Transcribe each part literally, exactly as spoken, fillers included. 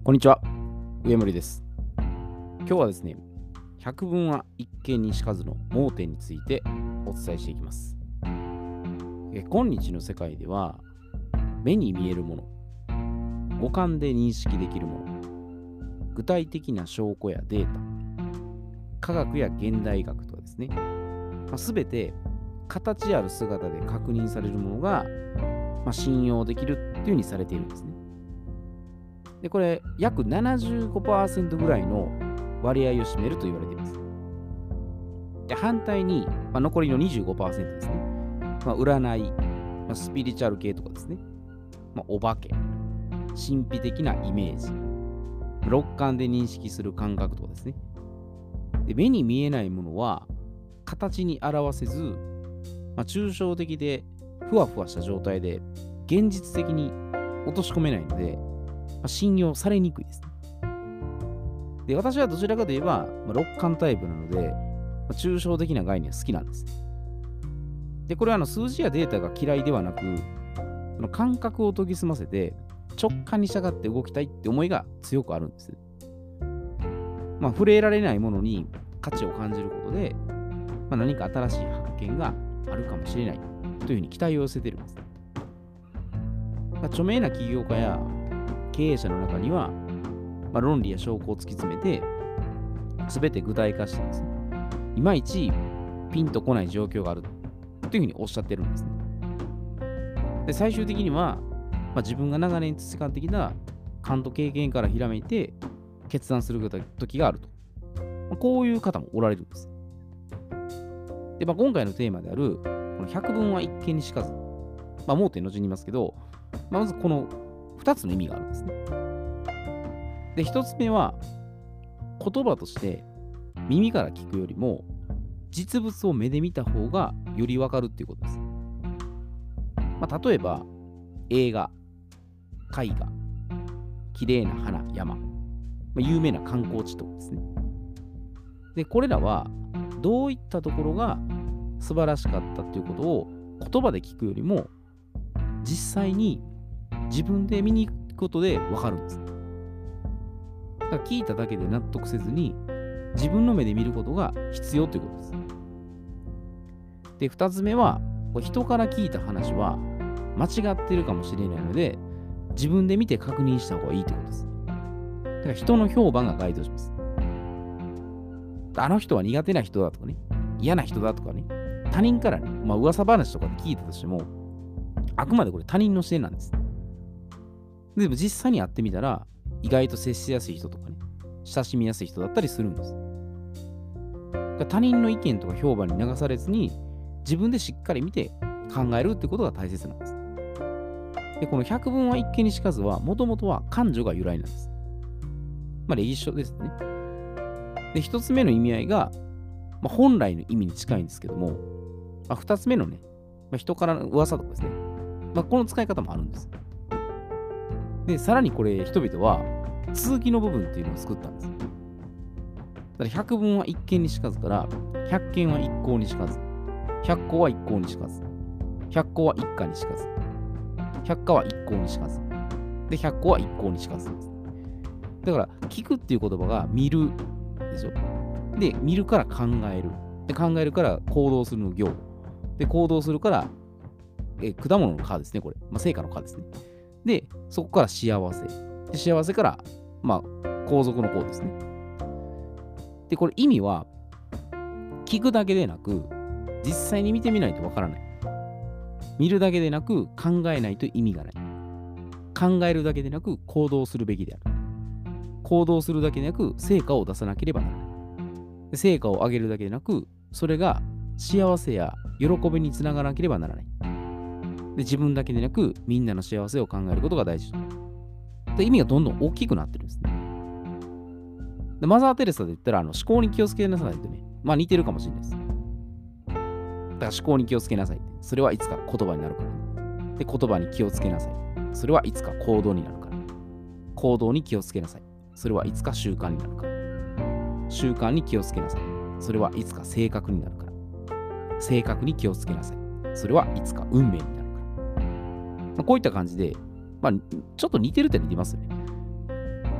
こんにちは、上森です。今日はですね、百聞は一見にしかずの盲点についてお伝えしていきます。え今日の世界では、目に見えるもの、五感で認識できるもの、具体的な証拠やデータ、科学や現代学とかですね、まあ、全て形ある姿で確認されるものが、まあ、信用できるというふうにされているんですね。で、これ、約 ななじゅうごパーセント ぐらいの割合を占めると言われています。で、反対に、まあ、残りの にじゅうごパーセント ですね。まあ、占い、まあ、スピリチュアル系とかですね。まあ、お化け、神秘的なイメージ、六感で認識する感覚とかですね。で、目に見えないものは、形に表せず、まあ、抽象的でふわふわした状態で、現実的に落とし込めないので、まあ、信用されにくいですね。で、私はどちらかといえば、まあ、六感タイプなので、まあ、抽象的な概念は好きなんです。で、これはあの数字やデータが嫌いではなく、その感覚を研ぎ澄ませて、直感に従って動きたいって思いが強くあるんです。まあ、触れられないものに価値を感じることで、まあ、何か新しい発見があるかもしれないというふうに期待を寄せているんです。まあ、著名な起業家や経営者の中には、まあ、論理や証拠を突き詰めて、すべて具体化してですね、いまいちピンとこない状況があるというふうにおっしゃってるんですね。で、最終的には、まあ、自分が長年培ってきた勘と経験からひらめいて決断する時があると。まあ、こういう方もおられるんです。で、まあ、今回のテーマである、この百聞は一見にしかず、まあ、盲点の後に言いますけど、まあ、まずこのふたつの意味があるんですね。で、ひとつめは、言葉として耳から聞くよりも、実物を目で見た方がよりわかるっていうことです。まあ、例えば、映画、絵画、綺麗な花、山、まあ、有名な観光地とかですね。で、これらは、どういったところが素晴らしかったっていうことを言葉で聞くよりも、実際に自分で見に行くことでわかるんです。だから聞いただけで納得せずに、自分の目で見ることが必要ということです。で、二つ目は、人から聞いた話は間違ってるかもしれないので、自分で見て確認した方がいいということです。だから人の評判が該当します。あの人は苦手な人だとかね、嫌な人だとかね、他人からね、まあ噂話とかで聞いたとしても、あくまでこれ他人の視点なんです。でも実際に会ってみたら、意外と接しやすい人とかね、親しみやすい人だったりするんです。他人の意見とか評判に流されずに、自分でしっかり見て考えるってことが大切なんです。で、この百聞は一見にしかずは、もともとは感情が由来なんです。まあ、歴史書ですね。で、一つ目の意味合いが、まあ、本来の意味に近いんですけども、まあ、二つ目のね、まあ、人からの噂とかですね、まあ、この使い方もあるんです。で、さらにこれ、人々は続きの部分っていうのを作ったんです。だから百聞は一見にしかずから、百見は一向にしかず、百個は一向にしかず、百個は一家にしかず、百家は一向にしかず、で、百個は一向にしかずです。だから、聞くっていう言葉が見るでしょ。で、見るから考える。で、考えるから行動するの行。で、行動するから、え果物の果ですね、これ。まあ、成果の果ですね。で、そこから幸せ。で、幸せから、まあ、皇族の皇ですね。で、これ意味は、聞くだけでなく、実際に見てみないとわからない。見るだけでなく、考えないと意味がない。考えるだけでなく、行動するべきである。行動するだけでなく、成果を出さなければならない。で、成果を上げるだけでなく、それが幸せや喜びにつながらなければならない。で、自分だけでなく、みんなの幸せを考えることが大事。で、意味がどんどん大きくなってるんですね。で、マザー・テレサで言ったら、あの思考に気をつけなさいってね、まあ似てるかもしれないです。だから思考に気をつけなさいって。それはいつか言葉になるから。で、言葉に気をつけなさい。それはいつか行動になるから。行動に気をつけなさい。それはいつか習慣になるから。習慣に気をつけなさい。それはいつか性格になるから。性格に気をつけなさい。それはいつか運命になるから。まあ、こういった感じで、まあ、ちょっと似てるって似てますよね。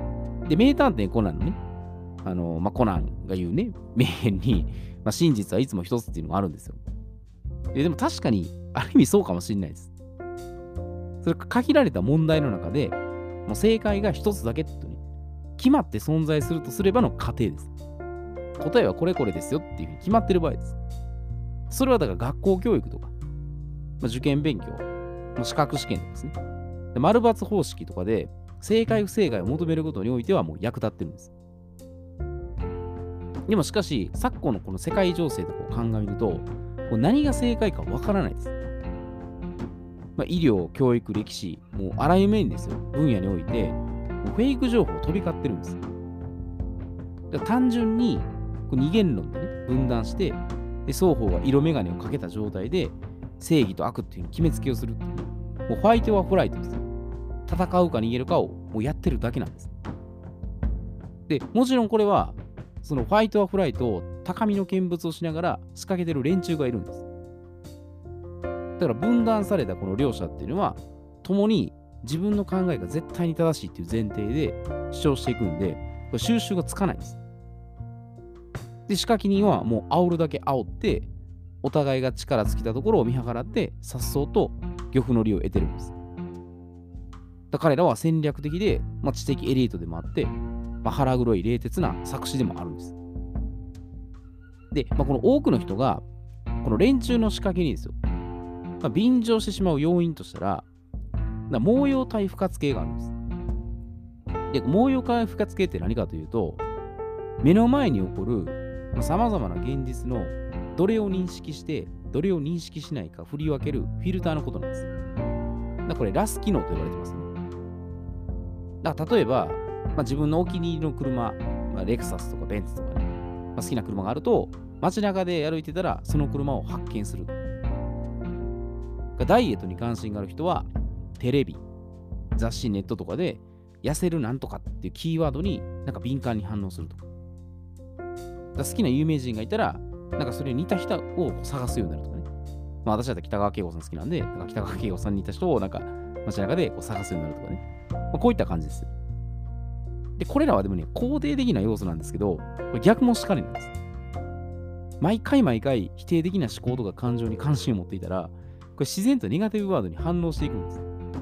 で、名探偵コナンのね、あの、まあ、コナンが言うね、名言に、まあ、真実はいつも一つっていうのがあるんですよ。で、でも確かに、ある意味そうかもしれないです。それ限られた問題の中で、もう正解が一つだけってね、決まって存在するとすればの過程です。答えはこれこれですよっていうふうに決まってる場合です。それはだから学校教育とか、まあ、受験勉強、まあ、資格試験とかですね。で丸抜方式とかで正解不正解を求めることにおいてはもう役立ってるんです。でもしかし、昨今のこの世界情勢とかを鑑みると、もう何が正解かわからないです。まあ、医療、教育、歴史、もうあらゆる面ですよ。分野において、もうフェイク情報飛び交ってるんです。だから単純にこう二元論でね、分断して、で双方が色眼鏡をかけた状態で、正義と悪っていうのを決めつけをするっていう、もうファイトはフライトですよ。戦うか逃げるかをもうやってるだけなんです。で、もちろんこれは、そのファイトはフライトを高みの見物をしながら仕掛けてる連中がいるんです。だから分断されたこの両者っていうのは、共に自分の考えが絶対に正しいっていう前提で主張していくんで、これ収拾がつかないんです。で、仕掛け人はもう煽るだけ煽って、お互いが力尽きたところを見計らって、颯爽と漁夫の利を得てるんです。だから彼らは戦略的で、まあ、知的エリートでもあって、まあ、腹黒い冷徹な作詞でもあるんです。で、まあ、この多くの人が、この連中の仕掛けにですよ、まあ、便乗してしまう要因としたら、な毛様体不活系があるんです。で、毛様体不活系って何かというと、目の前に起こるさまざまな現実のどれを認識して、どれを認識しないか振り分けるフィルターのことなんです。だからこれ、ラス機能と言われてますね。だから例えば、まあ、自分のお気に入りの車、まあ、レクサスとかベンツとかね、まあ、好きな車があると、街中で歩いてたら、その車を発見する。ダイエットに関心がある人は、テレビ、雑誌、ネットとかで、痩せるなんとかっていうキーワードになんか敏感に反応するとか。だ好きな有名人がいたら、なんかそれに似た人を探すようになるとかね。まあ私だったら北川景子さん好きなんで、なんか北川景子さんに似た人をなんか街中でこう探すようになるとかね。まあ、こういった感じですよ。で、これらはでもね、肯定的な要素なんですけど、これ逆もしかりなんです。毎回毎回否定的な思考とか感情に関心を持っていたら、これ自然とネガティブワードに反応していくんです。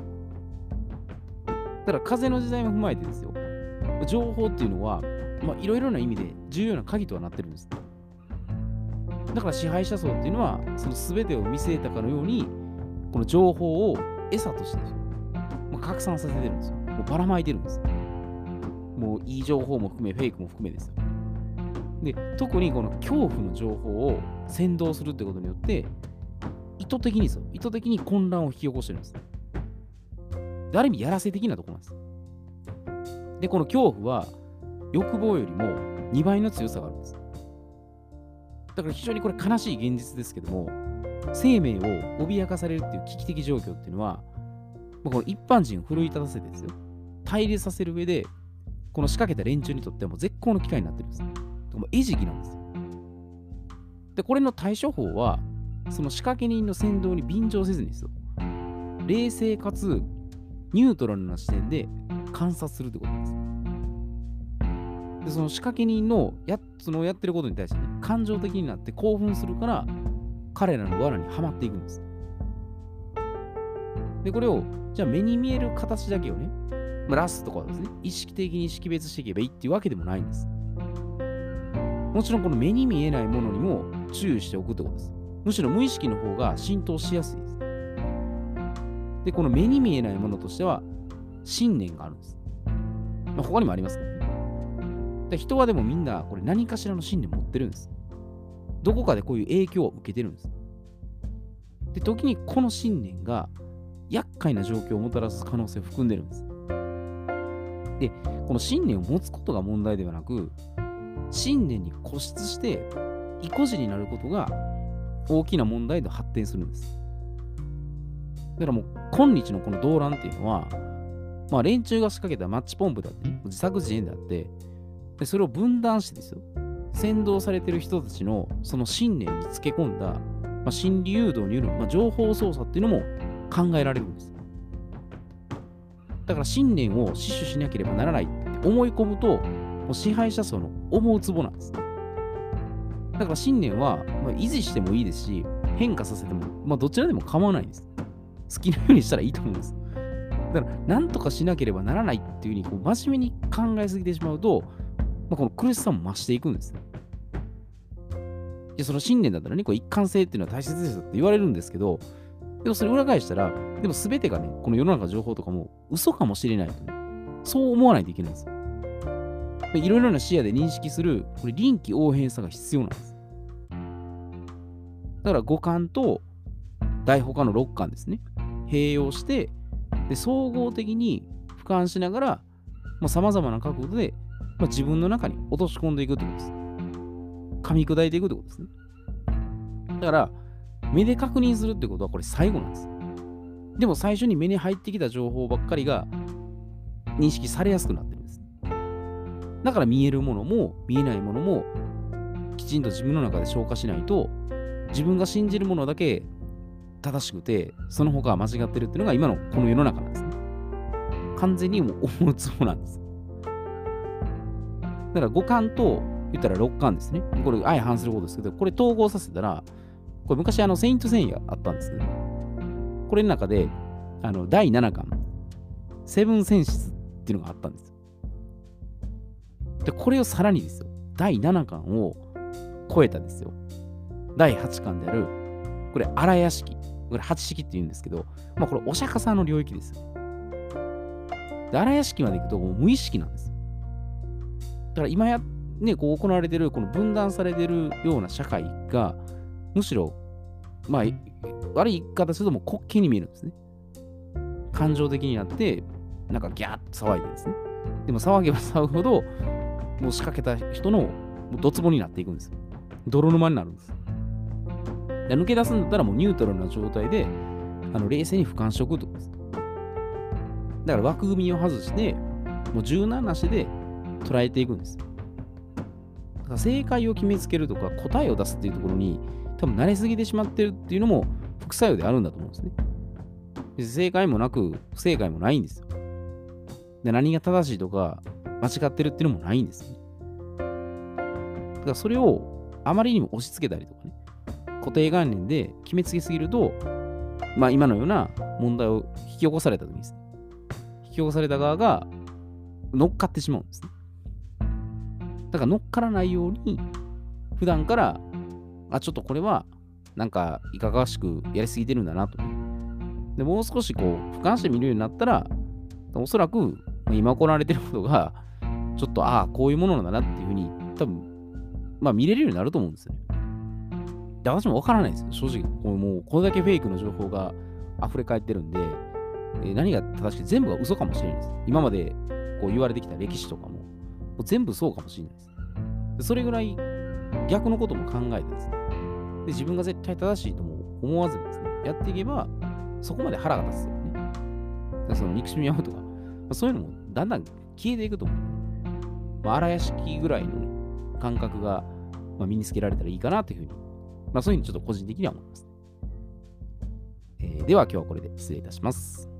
だから風の時代も踏まえてですよ。情報っていうのは、まあいろいろな意味で重要な鍵とはなってるんです。だから支配者層っていうのは、その全てを見据えたかのように、この情報を餌としてですよ、まあ、拡散させてるんですよ。もうばらまいてるんです。もういい情報も含め、フェイクも含めですよ。で、特にこの恐怖の情報を先導するってことによって、意図的にですよ。意図的に混乱を引き起こしてるんです。で、ある意味やらせ的なところなんです。で、この恐怖は欲望よりもにばいの強さがあるんです。だから非常にこれ悲しい現実ですけども、生命を脅かされるっていう危機的状況っていうのは、この一般人を奮い立たせてですよ、対立させる上で、この仕掛けた連中にとってはもう絶好の機会になってるんです。もう餌食なんですよ。で、これの対処法は、その仕掛け人の先導に便乗せずにですよ、冷静かつニュートラルな視点で観察するってことなんです。で、その仕掛け人のやそのやってることに対してね、感情的になって興奮するから、彼らの罠にはまっていくんです。で、これを、じゃあ目に見える形だけをね、まあ、ラスとかはですね、意識的に識別していけばいいっていうわけでもないんです。もちろんこの目に見えないものにも注意しておくってことです。むしろ無意識の方が浸透しやすいです。で、この目に見えないものとしては、信念があるんです。まあ、他にもありますけどね。で、人はでもみんなこれ何かしらの信念持ってるんです。どこかでこういう影響を受けてるんです。で、時にこの信念が厄介な状況をもたらす可能性を含んでるんです。で、この信念を持つことが問題ではなく、信念に固執して意固地になることが大きな問題で発展するんです。だからもう今日のこの動乱っていうのは、まあ連中が仕掛けたマッチポンプだって、ね、自作自演であって、でそれを分断してですよ、先導されてる人たちのその信念につけ込んだ、まあ、心理誘導による、まあ、情報操作っていうのも考えられるんです。だから信念を死守しなければならないって思い込むと、もう支配者層の思うツボなんです。だから信念は、まあ、維持してもいいですし、変化させても、まあ、どちらでも構わないんです。好きなようにしたらいいと思うんです。だから、なんとかしなければならないっていうふうに、こう真面目に考えすぎてしまうと、まあ、この苦しさも増していくんです。で、その信念だったらね、こう一貫性っていうのは大切ですよって言われるんですけど、でもそれ裏返したら、でも全てがね、この世の中の情報とかも嘘かもしれないとね、そう思わないといけないんです。いろいろな視野で認識する、これ臨機応変さが必要なんです。だから五感と大他の六感ですね。併用して、で総合的に俯瞰しながら、さまざまな角度で、まあ、自分の中に落とし込んでいくということです。噛み砕いていくということですね。だから、目で確認するってことはこれ最後なんです。でも最初に目に入ってきた情報ばっかりが認識されやすくなってるんです。だから見えるものも見えないものもきちんと自分の中で消化しないと、自分が信じるものだけ正しくて、その他は間違ってるっていうのが今のこの世の中なんですね。完全にもう思うつもなんです。だから五感と言ったら六感ですね。これ相反することですけど、これ統合させたら、これ昔あのセイントセイヤあったんですけど、これの中であのだいななかん、セブンセンシズっていうのがあったんですよ。で、これをさらにですよ、だいななかんを超えたですよ。だいはちかんである、これ荒屋敷、これ八式って言うんですけど、まあこれお釈迦さんの領域ですよ。で、荒屋敷まで行くともう無意識なんです。だから今や、ね、こう行われているこの分断されているような社会が、むしろ、まあ、悪い言い方するともう滑稽に見えるんですね。感情的になって、なんかギャーッと騒いでですね。でも騒げば騒ぐほど、もう仕掛けた人のドツボになっていくんです。泥沼になるんです。で抜け出すんだったらもうニュートラルな状態で、あの冷静に俯瞰しておくということです。だから枠組みを外して、もう柔軟な足で捉えていくんです。だから正解を決めつけるとか答えを出すっていうところに多分慣れすぎてしまってるっていうのも副作用であるんだと思うんですね。で正解もなく不正解もないんですよ。で何が正しいとか間違ってるっていうのもないんですよね。だからそれをあまりにも押し付けたりとかね、固定概念で決めつけすぎると、まあ今のような問題を引き起こされた時にですね、引き起こされた側が乗っかってしまうんですね。だから乗っからないように、普段から、あ、ちょっとこれは、なんか、いかがわしくやりすぎてるんだなと。で、もう少しこう、俯瞰して見るようになったら、おそらく、今行われてることが、ちょっと、ああ、こういうものなんだなっていうふうに、多分、まあ見れるようになると思うんですよね。で、私もわからないですよ、正直。こうもう、これだけフェイクの情報が溢れ返ってるんで、えー何が正しくて全部が嘘かもしれないです。今までこう言われてきた歴史とかも、もう全部そうかもしれないです。でそれぐらい逆のことも考えてですね、で自分が絶対正しいとも思わずにですね、やっていけば、そこまで腹が立つよね。だからその憎しみ合うとか、まあ、そういうのもだんだん消えていくと思う。まあ、荒屋敷ぐらいの、ね、感覚が、まあ、身につけられたらいいかなというふうに、まあ、そういうふうにちょっと個人的には思います。えー、では今日はこれで失礼いたします。